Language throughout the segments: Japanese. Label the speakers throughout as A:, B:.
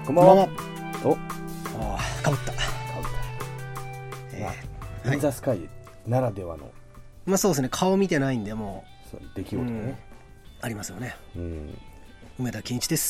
A: こんばんは。お、
B: ああ、かぶった。
A: インザスカイならではの、
B: まあそうですね、顔見てないんでも
A: そう出来事ね、
B: ありますよね。
A: うん
B: 梅田健一です。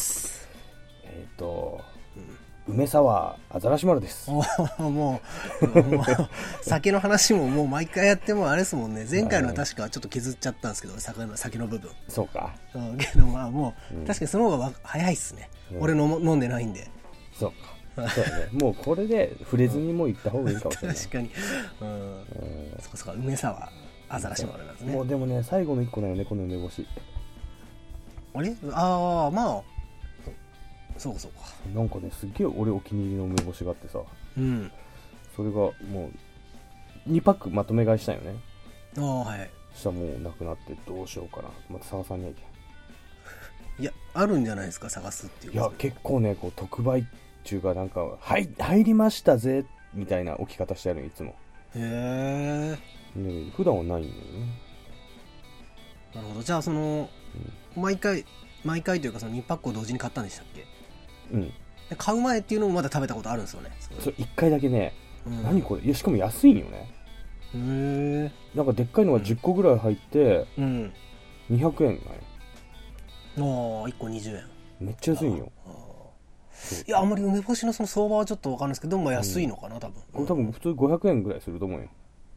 A: 梅沢アザラシ丸です。
B: もう酒の話ももう毎回やってもあれですもんね。前回のは確かちょっと削っちゃったんですけど、酒の部分。
A: そうか。
B: けどまあもう、確かにその方が早いっすね。俺の飲んでないんで。
A: そうか。そうだね。もうこれで触れずにもう行った方がいいかもしれない。
B: 確かに。そうか、梅沢アザラシ丸なんですね。
A: もうでもね、最後の一個だよね、この梅干し。
B: あれ？ああ、まあ。そうか。
A: なんかね、すっげえ俺お気に入りの梅干しがあってさ、それがもう2パックまとめ買いしたんよね。
B: はい。
A: そしたらもうなくなってどうしようかな。また探さにゃいけん。
B: いや、あるんじゃないですか、探すっていう。
A: いや、結構ね、こう特売中がなんか、入りましたぜみたいな置き方してあるのいつも。
B: へえ。
A: ね、普段はないんだよね。
B: なるほど。じゃあ毎回というかその2パックを同時に買ったんでしたっけ？で買う前っていうのもまだ食べたことあるんですよね。
A: それ1回だけね、何これ、いやしかも安いんよね。
B: へえ。
A: なんかでっかいのが10個ぐらい入って、200円なんよ。
B: 1個20円。
A: めっちゃ安いんよ。
B: いや、あんまり梅干しのその相場はちょっと分かんないですけど、でも安いのかな、多分。
A: これ多分普通500円ぐらいすると思うよ。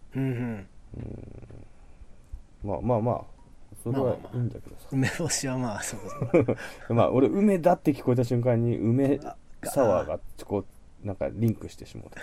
A: まあそれはいいんだけどさ。
B: 梅干しはまあそうか
A: まあ俺梅だって聞こえた瞬間に梅サワーがこうなんかリンクしてしまう。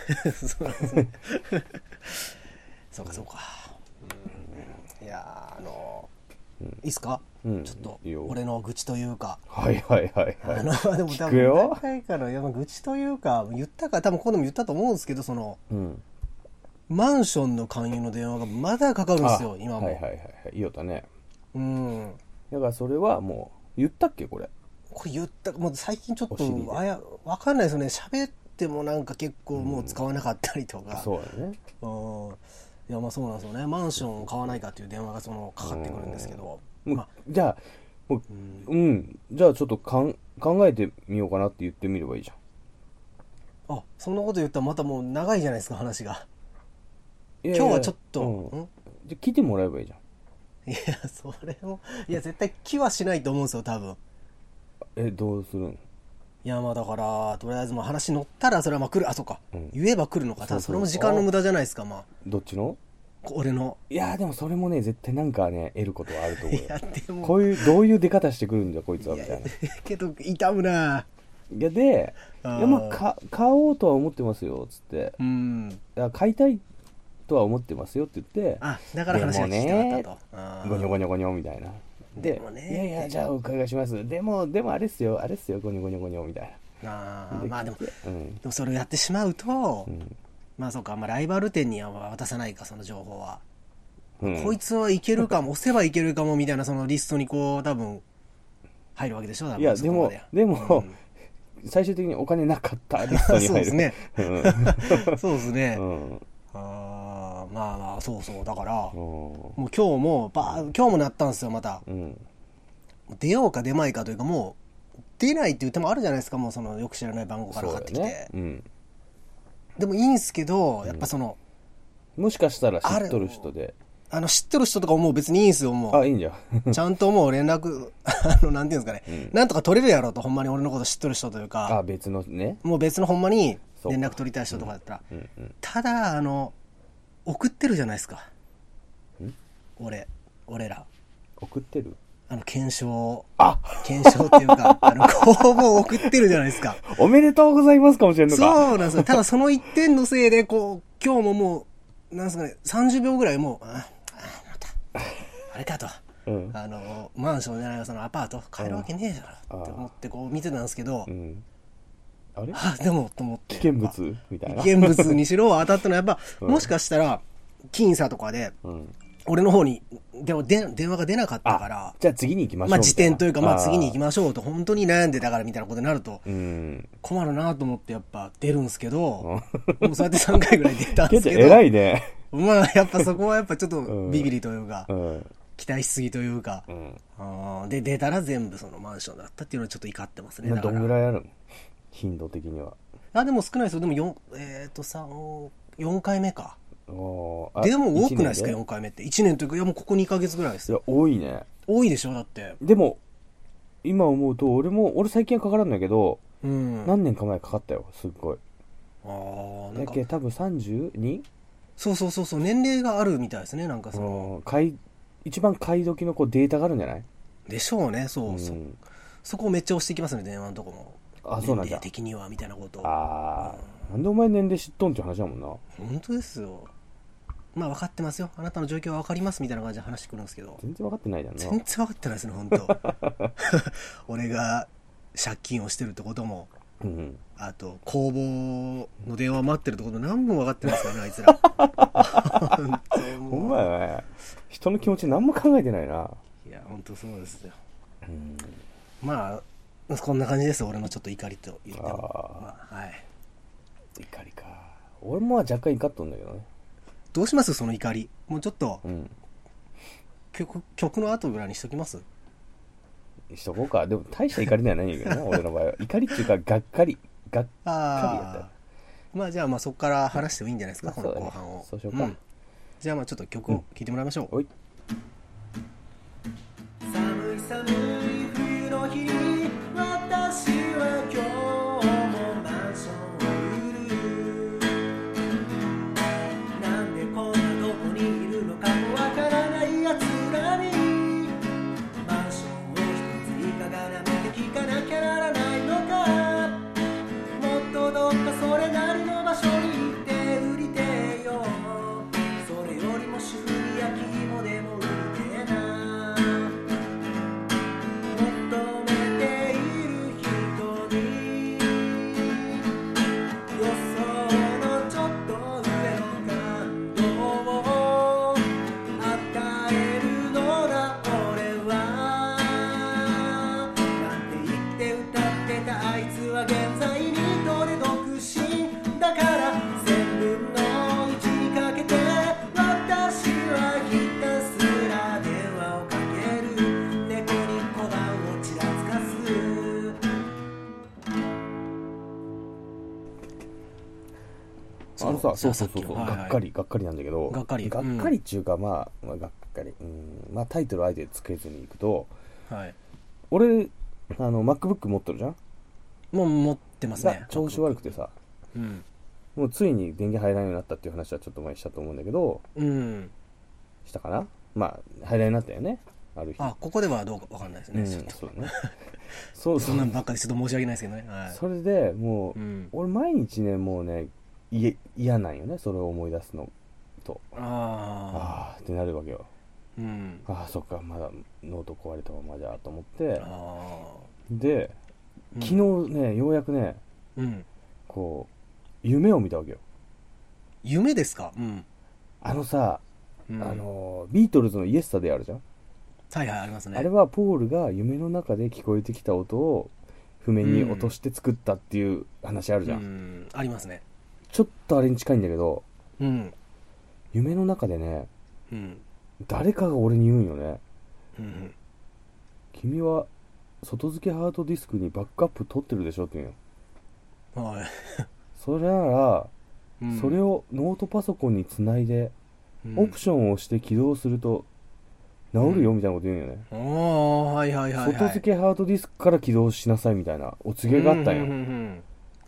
B: そうか。いやいいっすか？ちょっと俺の愚痴というか。
A: はい。
B: でも多分何回かの愚痴というか言ったか多分ここでも言ったと思うんですけど、そのマンションの勧誘の電話がまだかかるんですよ今も。
A: いいよだね。だからそれはもう言ったっけこれ
B: 言ったもう最近ちょっとわかんないですよね。喋ってもなんか結構もう使わなかったりとか。
A: そうだね。
B: いやまあそうなんですよね。マンションを買わないかっていう電話がかかってくるんですけど、
A: じゃあじゃあちょっと考えてみようかなって言ってみればいいじゃん。
B: そんなこと言ったらまたもう長いじゃないですか話が。今日はちょっと、
A: じゃあ来てもらえばいいじゃん。
B: いやそれも絶対来はしないと思うんですよ多分。
A: どうするん？
B: いやまあだからとりあえず話乗ったらそれはまあ来る。そうか、言えば来るのか。ただそれも時間の無駄じゃないですか。まあ
A: どっちの？
B: 俺の。
A: いやでもそれもね絶対なんかね得ることはあると思うよ。
B: いやでも
A: こういうどういう出方してくるんだこいつはみたいな。
B: けど痛むな。
A: いやまあ買おうとは思ってますよつって。いや買いたいとは思ってますよって言って。
B: だから話が聞きたかったと。
A: ゴニョゴニョみたいな。でいやじゃあお伺いします。でもあれっすよゴニョゴニョみたいな。
B: まあでもそれをやってしまうと、まあそうか、ライバル店には渡さないかその情報は。こいつはいけるかも、押せばいけるかもみたいなそのリストにこう多分入るわけでしょ。多分。
A: いやでも最終的にお金なかったリストに入る。
B: そうですね。そうですね。まあそうだからもう今日もなったんですよまた。出ようか出まいかというか、もう出ないっていう手もあるじゃないですか。もうそのよく知らない番号からかかってきて、でもいいんすけど、やっぱ
A: もしかしたら知っとる人で
B: 知ってる人とかもう別にいいんすよ。もう
A: いいんじゃん。
B: ちゃんともう連絡なんていうんですかね、なんとか取れるやろうと。ほんまに俺のこと知ってる人というか、
A: 別のね、
B: もう別のほんまに連絡取りたい人とかだったら、ただ送ってるじゃないですか。俺ら
A: 送ってる
B: 検証っていうか公募を送ってるじゃないですか。
A: おめでとうございますかもしれんのか。
B: そうなんですよ。ただその一点のせいで今日ももうなんですかね、30秒ぐらいもうまたあれかと、マンションじゃないそのアパート買えるわけねえじゃんって思ってこう見てたんですけど、
A: あれ
B: でもと思って、
A: 危険物みたいな。
B: 危険物にしろ当たったのはやっぱ、もしかしたら僅差とかで、俺の方に電話が出なかったから、
A: じゃあ次に行きましょう。
B: 時点というか次に行きましょうと本当に悩んでたからみたいなことになると困るなと思ってやっぱ出るんですけど、もうそうやって3回ぐらい出たんですけど、
A: 偉いね。
B: やっぱそこはやっぱちょっとビビりというか、期待しすぎというか、で出たら全部そのマンションだったっていうのはちょっと怒ってますね。
A: どんぐらいあるの？ 頻度的には。
B: でも少ないですよ。でも4回目か。でも多くないですか、4回目って。1年というか、いやもうここ2ヶ月ぐらいです。
A: いや、多いね。
B: 多いでしょ、だって。
A: でも、今思うと、俺最近はかからんだけど、何年か前かかったよ、すっごい。だけ多分 32？
B: そう、年齢があるみたいですね、なんかその。
A: 一番買い時のデータがあるんじゃない
B: でしょうね、そこをめっちゃ押していきますね、電話のとこも。
A: そうなんだ。
B: 年齢的には、みたいなことを。
A: なんでお前年齢知っとんって話だもんな。
B: 本当ですよ。まあ分かってますよ。あなたの状況は分かりますみたいな感じで話してくるんですけど。
A: 全然分かってないじゃんな。
B: 全然分かってないですね、本当俺が借金をしてるってことも、あと、工房の電話待ってるってこと何も分かってないですからね、あいつら。
A: ほんまやね。人の気持ち何も考えてないな。
B: いや、本当そうですよ。まあ、こんな感じです、俺のちょっと怒りと言っても。はい。
A: 怒りか。俺も若干怒っとんだけどね。
B: どうしますその怒り。もうちょっと、曲の後ぐらいにしときます
A: しとこうか。でも大した怒りではないんだけどな、俺の場合は。怒りっていうか、がっかりやったよ。
B: まあじゃあそこから話してもいいんじゃないですか、この後半を。
A: そうしようか。
B: じゃあちょっと曲を聴いてもらいましょう。寒い寒い冬の日に私は今日もマンションを売る。なんでこんなとこにいるのかもわからないやつらにマンションを一ついかがなめて聞かなきゃならないのか。もっとどっかそれなりの場所に行って売りてよ。それよりも主婦焼き芋でも売りてえな。求めている人に予想のちょっと上の感動を与えるのだ俺は。なんて言って歌ってたあいつは現在にどれ独身だから1000分の1にかけて私はひたすら電話をかける。猫に小判をちらつかす。
A: そうがっかりなんだけど、がっかりっていうか、がっかり、タイトルあえてつけずにいくと、俺MacBook 持ってるじゃん。
B: もう持ってますね。
A: 調子悪くてさ、もうついに電源入らないようになったっていう話はちょっと前にしたと思うんだけど、したかな。入らないようになったよね、ある日。
B: ここではどうか分かんないですね。
A: そうだね。
B: そんなんばっかりちょっと申し訳ないですけどね。
A: それでもう、俺毎日ね、もうね、嫌なんよね、それを思い出すのと。ってなるわけよ。そっか、まだノート壊れたままじゃと思って、で昨日ね、ようやくね、夢を見たわけよ。
B: 夢ですか。
A: さ、ビートルズのイエスタデーあるじゃん。
B: ありますね。
A: あれはポールが夢の中で聞こえてきた音を譜面に落として作ったっていう話あるじゃん。
B: ありますね。
A: ちょっとあれに近いんだけど、夢の中でね、誰かが俺に言うんよね。君は外付けハードディスクにバックアップ取ってるでしょって言うよ。それなら、それをノートパソコンにつないで、オプションを押して起動すると治るよみたいなこと言うんよね。外付けハードディスクから起動しなさいみたいなお告げがあったんよ。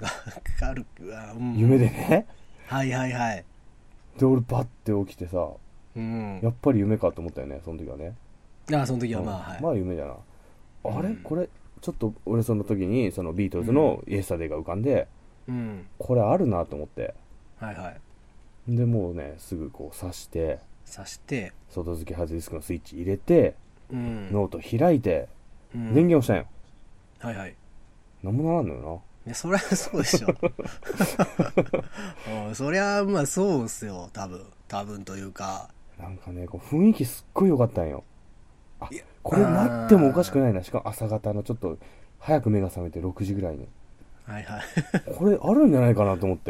A: 夢でね。で俺バッて起きてさ、やっぱり夢かと思ったよね、その時はね。
B: その時は
A: 夢だな。あれこれちょっと俺その時にそのビートルズのイエスタデーが浮かんで、これあるなと思って、でもうね、すぐ挿して外付けハードディスクのスイッチ入れて、ノート開いて、電源をしたんよ。何もならんのよ
B: な。そりゃそうでしょ。そりゃそうっすよ、多分というか、
A: なんかね、雰囲気すっごい良かったんよ。これなってもおかしくないな。しかも朝方のちょっと早く目が覚めて6時ぐらいに、これあるんじゃないかなと思って、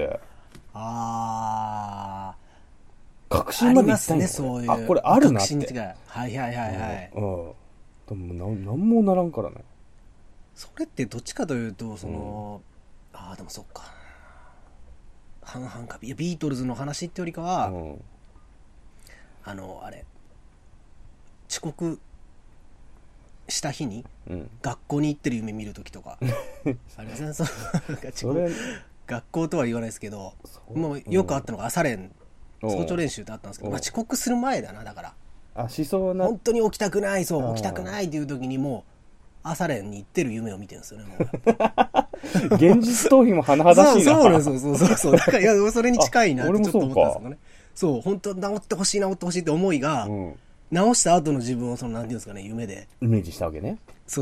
A: 確信までいったんよ。
B: そういう、
A: これあるなって。
B: でも
A: なんもならんからね。
B: それってどっちかというと、 ああでもそっか、半々か。いやビートルズの話ってよりかは、あれ遅刻した日に学校に行ってる夢見るときとか、あれですね、学校とは言わないですけど、もうよくあったのが朝練、早朝練習ってあったんですけど、遅刻する前だな、だから
A: しそうな、
B: 本当に起きたくない、起きたくないっていう時にもう朝練に行ってる夢を見てるんですよね、もう
A: 現実逃避も甚だしいな。
B: そうなんですよ。だからいやそれに近いなってちょっと思ったんですけどね。そう、本当治ってほしいって思いが、治した後の自分をなんていうんですかね、夢で
A: イメージしたわけね。
B: そう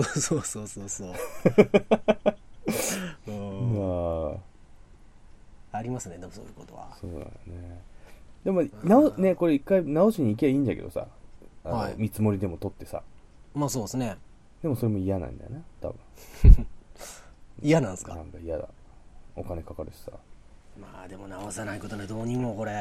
B: ありますね、でもそういうことは。
A: そうだよね。でもね、これ一回直しに行けばいいんだけどさ、見積もりでも取ってさ。
B: まあそうですね。
A: でもそれも嫌なんだよね、多分。
B: 嫌なんですか。
A: なんか嫌だ。お金かかるしさ。
B: まあでも直さないことね、どうにもこれ。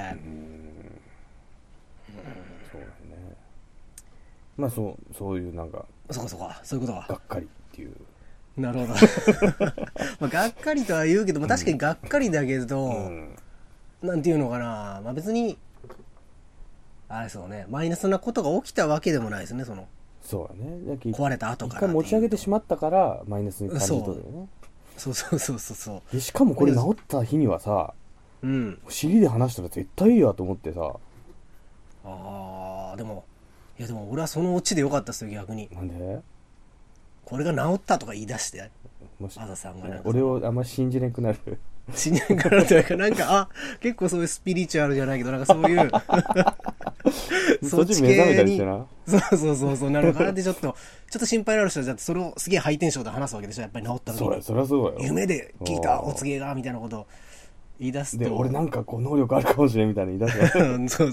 A: そうだね。まあそういうなんか。
B: そういうことは。
A: がっかりっていう。
B: なるほど。まあがっかりとは言うけど、確かにがっかりだけど、なんていうのかな、まあ別にあれそうね、マイナスなことが起きたわけでもないですね、
A: そうだね。
B: 壊れた後から
A: 一回持ち上げてしまったからマイナスに感じとるよね。
B: そう
A: でしかもこれ治った日にはさ、尻で話したら絶対いいやと思ってさ。
B: でも俺はそのオチでよかったっすよ、逆に。
A: なんで
B: これが治ったとか言い出して、あざさんがね、
A: 俺をあんまり信じなくなる。
B: 信じなくなるというか、なんか結構そういうスピリチュアルじゃないけど、なんかそういう
A: そっち目覚めたりしてな。
B: そうなるかなってちょっと心配になる人は、だってそれをすげえハイテンションで話すわけでしょ、やっぱり治った時に。
A: そりゃそうだよ。
B: 夢で聞いたお告げがみたいなことを言い出すと、
A: で俺なんか能力あるかもしれんみたいな言い出す
B: そう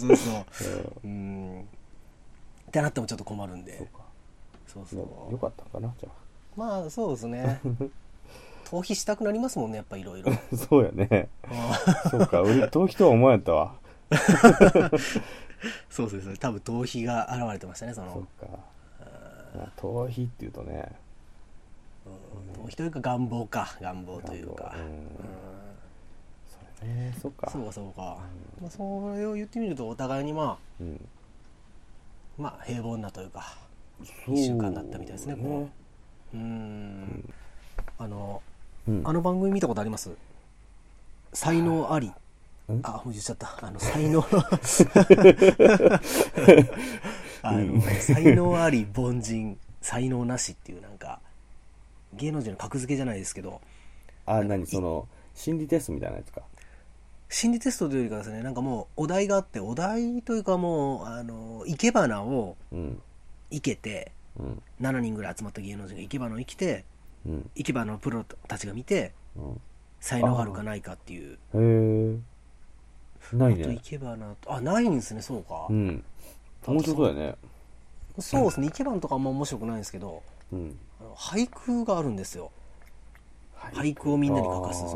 B: ってなってもちょっと困るんで。
A: そうよかったかな、じゃあ。
B: まあそうですね。逃避したくなりますもんね、やっぱいろいろ。
A: そうやね。そうか、俺逃避とは思わんやったわ。
B: そう多分逃避が現れてましたね、
A: そうか。逃避っていうとね、
B: 逃避というか願望というか。
A: それね、そうか。
B: まあそれを言ってみるとお互いにまあ平凡なというか1週間だったみたいですね。あの番組見たことあります？才能あり。もう言っちゃった。才能才能あり凡人才能なしっていう、なんか芸能人の格付けじゃないですけど、
A: 心理テストみたいなやつか。
B: 心理テストというよりかですね、なんかもうお題があって、お題というかもう生け花を生けて、7人ぐらい集まった芸能人が生け花を生きて、生け花のプロたちが見て、才能あるかないかっていう。
A: へえ。ないね。
B: 生け花ないんですね。そうか。
A: 面白そうだよね。
B: そうですね。生け花とかあんま面白くないんですけど、俳句があるんですよ。俳句をみんなに書かす、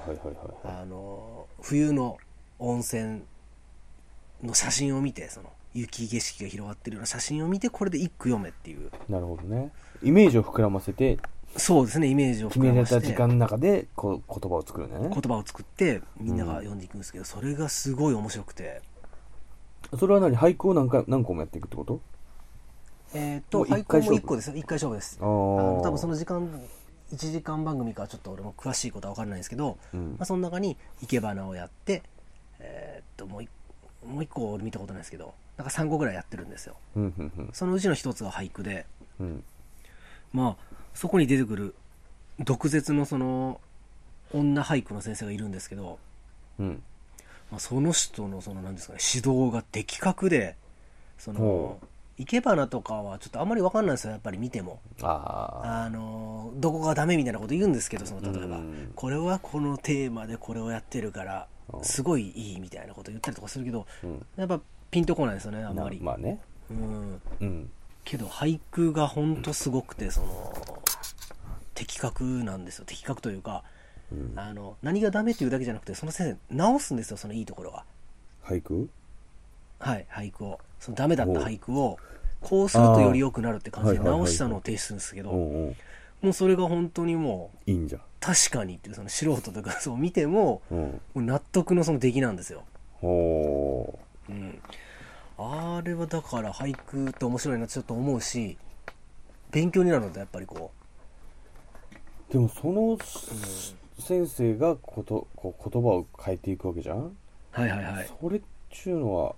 B: 冬の温泉の写真を見て、雪景色が広がってるような写真を見て、これで一句読めっていう。
A: なるほどね。イメージを膨らませて。
B: そうですね、イメージを
A: 膨らませて決められた時間の中で言葉を作るんだよね。
B: 言葉を作ってみんなが読んでいくんですけど、それがすごい面白くて。
A: それは何、俳句を何個もやっていくってこと？
B: 俳句も1個ですよ。1回勝負です。多分その時間1時間番組かちょっと俺も詳しいことは分からないんですけど、その中に生け花をやって、もう1個俺見たことないですけど、なんか3個ぐらいやってるんですよ。そのうちの1つが俳句で、まあそこに出てくる毒舌の女俳句の先生がいるんですけど、その人の何ですかね、指導が的確で、生け花とかはちょっとあんまり分かんないですよ、やっぱり見ても。どこがダメみたいなこと言うんですけど、例えばこれはこのテーマでこれをやってるからすごいいいみたいなこと言ったりとかするけど、やっぱピンとこないですよね、あんまり。
A: まあね。
B: けど俳句がほんとすごくて、的確なんですよ。的確というか、何がダメっていうだけじゃなくて、その先生直すんですよ、そのいいところは。
A: 俳句？
B: はい、俳句を、ダメだった俳句をこうするとより良くなるって感じで直したのを提出するんですけど、ももうそれが本当にも
A: ういいんじゃん。
B: 確かにっていう、その素人とかそう見ても、もう納得のその出来なんですよ。
A: ほ
B: う。あれはだから俳句って面白いなってちょっと思うし、勉強になるのでやっぱりこ
A: う。でもその、先生がこう言葉を変えていくわけじゃん。
B: はいはいはい。
A: それっちゅうのは、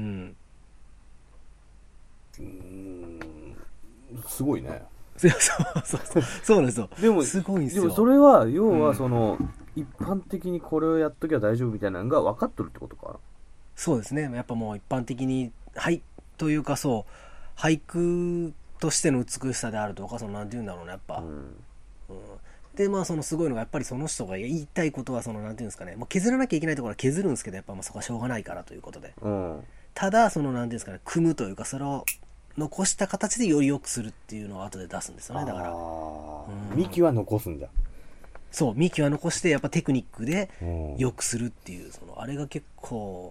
A: すごいね。
B: そうなんですよ。でもすごいんですよ。
A: でもそれは要はその、一般的にこれをやっときゃ大丈夫みたいなのが分かっとるってことか。
B: そうですね。やっぱもう一般的にというか、そう俳句としての美しさであるとか、そのなんていうんだろうね、やっぱ。でまあそのすごいのがやっぱりその人が言いたいことはそのなんていうんですかね、もう削らなきゃいけないところは削るんですけど、やっぱまあそこはしょうがないからということで。ただそのなんていうんですかね、組むというか、それを残した形でより良くするっていうのを後で出すんですよね。だから
A: 幹は残すんじゃ。
B: そう、幹は残してやっぱテクニックで良くするっていう、そのあれが結構、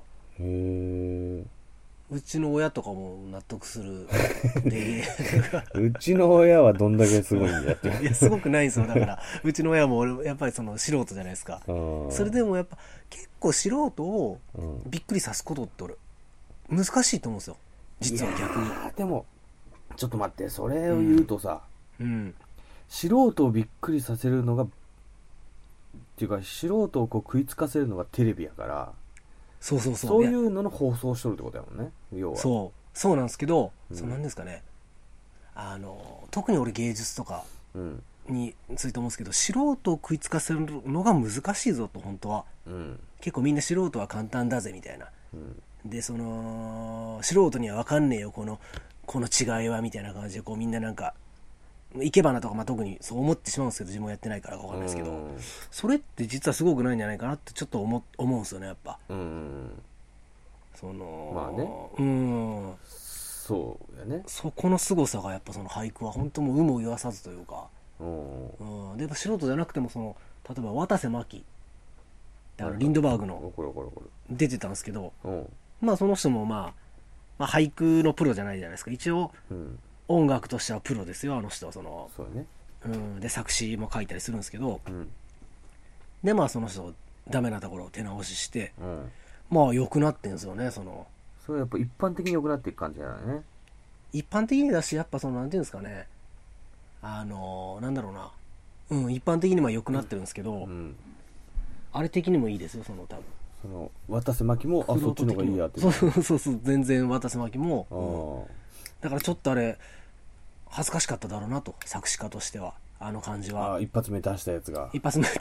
B: うちの親とかも納得するで
A: うちの親はどんだけすごいんだって。
B: いやすごくないんですよ。だからうちの親も俺やっぱりその素人じゃないですか。それでもやっぱ結構素人をびっくりさすことって俺難しいと思うんですよ、実は逆に。
A: でもちょっと待って、それを言うとさ、素人をびっくりさせるのがっていうか、素人をこう食いつかせるのがテレビやから、そういうのの放送しとるってことやもんね、要は。
B: そうなんですけど、そうなんですかね、特に俺芸術とかについて思うんですけど、素人を食いつかせるのが難しいぞと、本当は。結構みんな素人は簡単だぜみたいな。でその素人には分かんねえよこの違いはみたいな感じで、こうみんななんか生け花とか、まあ、特にそう思ってしまうんですけど、自分もやってないから分かんないですけど、それって実はすごくないんじゃないかなってちょっと思うんですよね、やっぱ。その
A: まあね、そうやね。
B: そこの凄さがやっぱその俳句は本当もう有無を言わさずというか、でやっぱ素人じゃなくても、その例えば渡瀬真希、リンドバーグの出てたんですけど、まあその人もまあ俳句のプロじゃないじゃないですか。一応音楽としてはプロですよ、あの人は。
A: そうね。
B: で作詞も書いたりするんですけど、でまあその人ダメなところを手直しして、まあ良くなってんですよね。そ
A: れやっぱ一般的に良くなっていく感じだよね。
B: 一般的にだし、やっぱそのなんていうんですかね、なんだろうな、一般的には良くなってるんですけど、あれ的にもいいですよ、多分。
A: 渡瀬真希もそっちの方がいいやって。
B: そう全然渡瀬真希も、だからちょっとあれ恥ずかしかっただろうなと、作詞家としては。あの感じは
A: 一発目出したやつが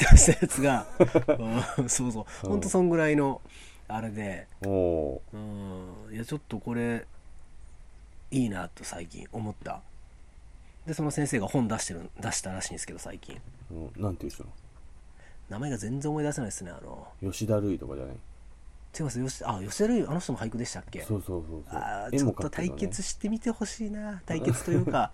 B: そうほんとそんぐらいのあれで、いやちょっとこれいいなと最近思った。でその先生が本出したらしいんですけど、最近。
A: なんていう人？
B: 名前が全然思い出せないですね。
A: 吉田類とかじゃない？
B: 違います。吉田類、あの人も俳句でしたっけ？
A: そうちょ
B: っと対決してみてほしいな。対決というか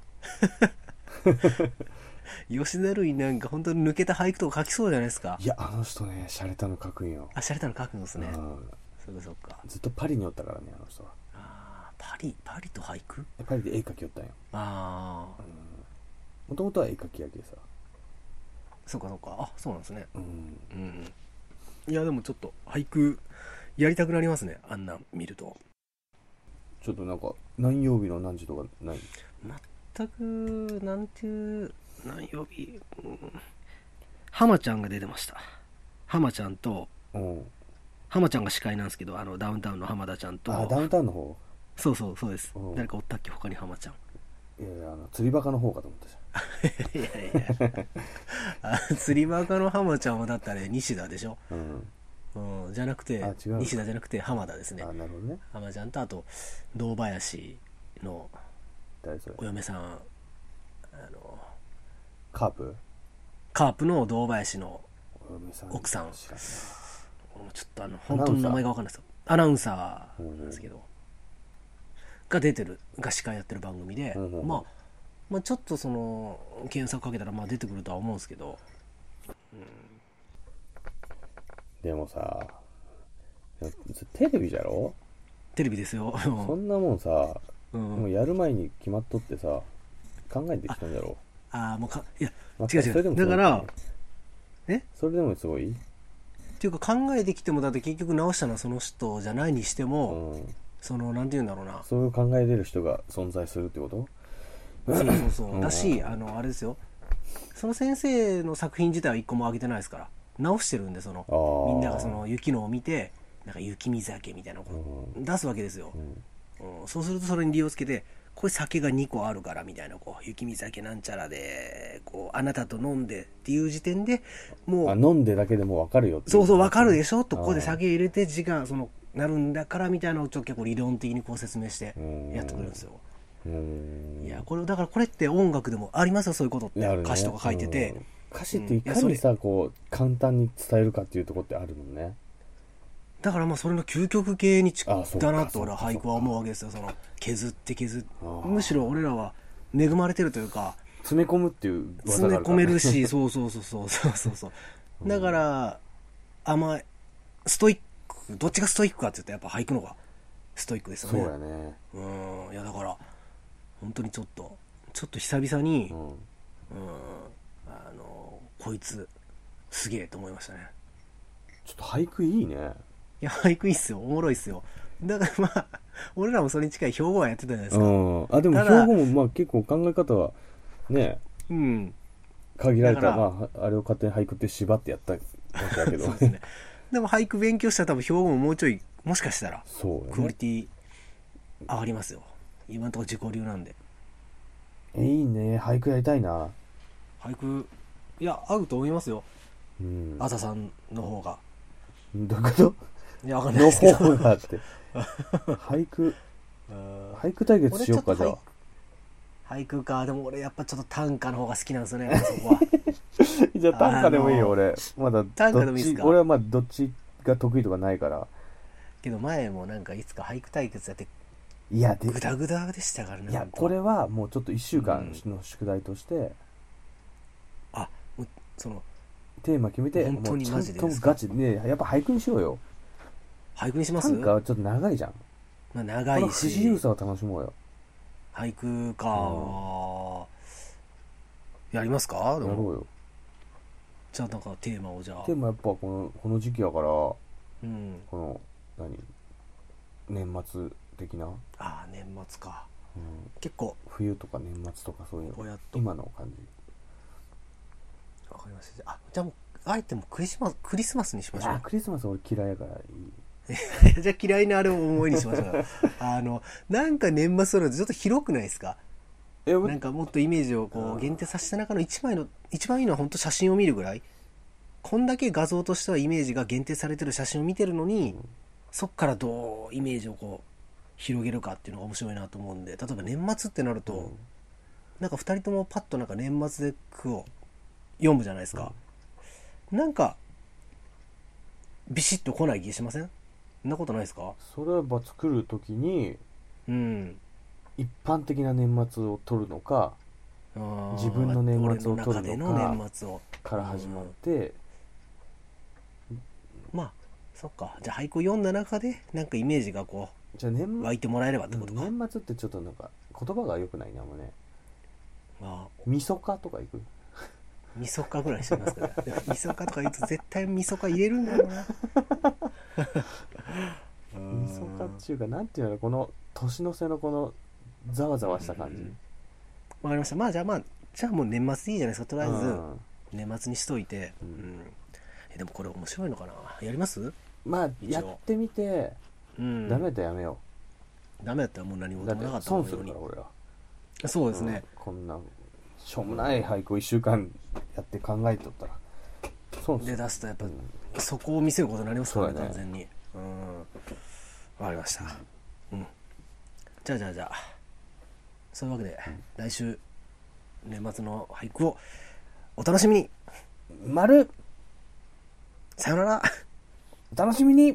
B: 吉田類なんか本当に抜けた俳句とか書きそうじゃないですか。
A: いや、あの人ね、洒落たの書くんよ。
B: 洒落たの書くんですね。そうか。
A: ずっとパリにおったからね、あの人は。
B: パリと俳句？
A: パリで絵描きよったんよ。もともとは絵描きやけさ。
B: そうか。そうなんですね。いやでもちょっと俳句やりたくなりますね、あんなん見ると。
A: ちょっとなんか何曜日の何時とかない？
B: 全くなんていう何曜日、浜ちゃんが出てました。浜ちゃんと、浜ちゃんが司会なんですけど、ダウンタウンの浜田ちゃんと。
A: ダウンタウンの方？
B: そうです。誰かおったっけ他に？浜ちゃん。
A: いや釣りバカの方かと思ったじ
B: ゃん。いや釣りバカの浜ちゃんはだったら西田でしょ。じゃなくて西田じゃなくて浜田ですね。
A: なるほどね。
B: 浜ちゃんと、あと堂林のお嫁さん、カープの堂林の奥さん。ちょっと本当の名前が分かんないですよ。アナウンサーなんですけど、が司会やってる番組で、まあちょっと検索かけたら出てくるとは思うんですけど、
A: でもさ、テレビじゃろ？
B: テレビですよ。
A: そんなもんさ、もうやる前に決まっとってさ、考えてきたんだろ
B: ああ、もういや、違う違う。だから、
A: それでもすごい
B: っていうか考えてきても、だって結局直したのはその人じゃないにしても、その、なんて言うんだろうな。
A: そういう考えれる人が存在するってこと？
B: そうそうそう。だし、あれですよ。その先生の作品自体は一個も上げてないですから。直してるんで、その、みんながその雪のを見て、なんか雪見酒みたいなのを出すわけですよ。そうするとそれに理由をつけて、これ酒が2個あるからみたいな、こう雪見酒なんちゃらでこうあなたと飲んでっていう時点でもう
A: 飲んでだけでも分かるよって
B: そうそう分かるでしょと、ここで酒入れて時間そのなるんだからみたいなのをちょっと結構理論的にこう説明してやってくれるんですよ。いやこれだからこれって音楽でもありますよ、そういうことって、歌詞とか書いてて、
A: 歌詞っていかにさこう簡単に伝えるかっていうところってあるもんね。
B: だからまあそれの究極系にだなと俺は俳句は思うわけですよ。その削ってむしろ俺らは恵まれてるというか、
A: 詰め込むっていう
B: 技があるから、ね、詰め込めるしそうだからストイック、どっちがストイックかって言ったらやっぱ俳句の方がストイックですよね。
A: そうやね。
B: いやだから本当にちょっと久々にこいつすげえと思いましたね。
A: ちょっと俳句いいね。
B: いや俳句いいっすよ、おもろいっすよ。だからまあ俺らもそれに近い標語はやってたじゃないですか。
A: でも標語もまあ結構考え方はね、限られた、まああれを勝手に俳句って縛ってやったわけだけどそうですね。
B: でも俳句勉強したら多分標語ももうちょいもしかしたらクオリティ上がりますよ。今のところ自己流なんで。
A: いいね、俳句やりたいな。
B: 俳句いや合うと思いますよ。あざさんの方が。
A: どういうこと？
B: いやわかんないですけど。
A: の方がって俳句対決しようか。じゃあ
B: 俳句か。でも俺やっぱちょっと短歌の方が好きなんですよね、そこは。
A: じゃあ短歌でもいいよ。俺まだ
B: 短歌でもいいですか。
A: 俺はまあどっちが得意とかないから。
B: けど前もなんかいつか俳句対決やって
A: いや
B: グダグダでしたからね。
A: いやこれはもうちょっと1週間の宿題として、
B: その
A: テーマ決めて
B: 本当にマジでです
A: か。ガチで、ね、やっぱ俳句にしようよ。
B: 俳句にします？
A: 短歌はちょっと長いじゃん。
B: まあ長いし。
A: この不自由さを楽しもうよ。
B: 俳句か、やりますか？や
A: ろうよ。
B: じゃあなんかテーマをじゃあ。
A: テーマやっぱこの時期やから、この年末的な。
B: 年末か。結構
A: 冬とか年末とかそういうの。今の感じ。
B: わかりました。じゃあもうあえてもクリスマスにしましょう。
A: クリスマス俺嫌いやからい
B: い。じゃあ嫌いなあれを思いにしましょう。なんか年末のちょっと広くないですか？なんかもっとイメージをこう限定させた中の一番いいのは本当写真を見るぐらい。こんだけ画像としてはイメージが限定されてる写真を見てるのに、そっからどうイメージをこう広げるかっていうのが面白いなと思うんで、例えば年末ってなると、なんか2人ともパッとなんか年末で句を読むじゃないですか。なんかビシッと来ない気しません？そんなことないですか？
A: それは作るときに、一般的な年末を取るのか、自分の年末を取るのかから始まって、
B: まあそっか。じゃあ俳句を読んだ中でなんかイメージがこう湧いてもらえればってことか。
A: 年末ってちょっとなんか言葉が良くないなもね。みそかとかいく？
B: みそかぐらいしてますからみそかとか言うと絶対みそか入れるんだろうな。
A: みそかっていうかなんていうの、この年の瀬のこのざわざわした感じ。
B: わかりました。じゃあもう年末でいいじゃないですか。とりあえず年末にしといて、でもこれ面白いのかな。やります？
A: やってみて、ダメだったらやめよ
B: う。ダメだったらもう何事もなかった。
A: 損するから俺は。
B: そうですね。
A: こんなしょうもない俳句を1週間やって考えとったら
B: 損する。で出すとやっぱ、そこを見せることになりますからね、完全に。わかりました。じゃあそういうわけで、来週年末の俳句をお楽しみに。さよなら。
A: お楽しみに。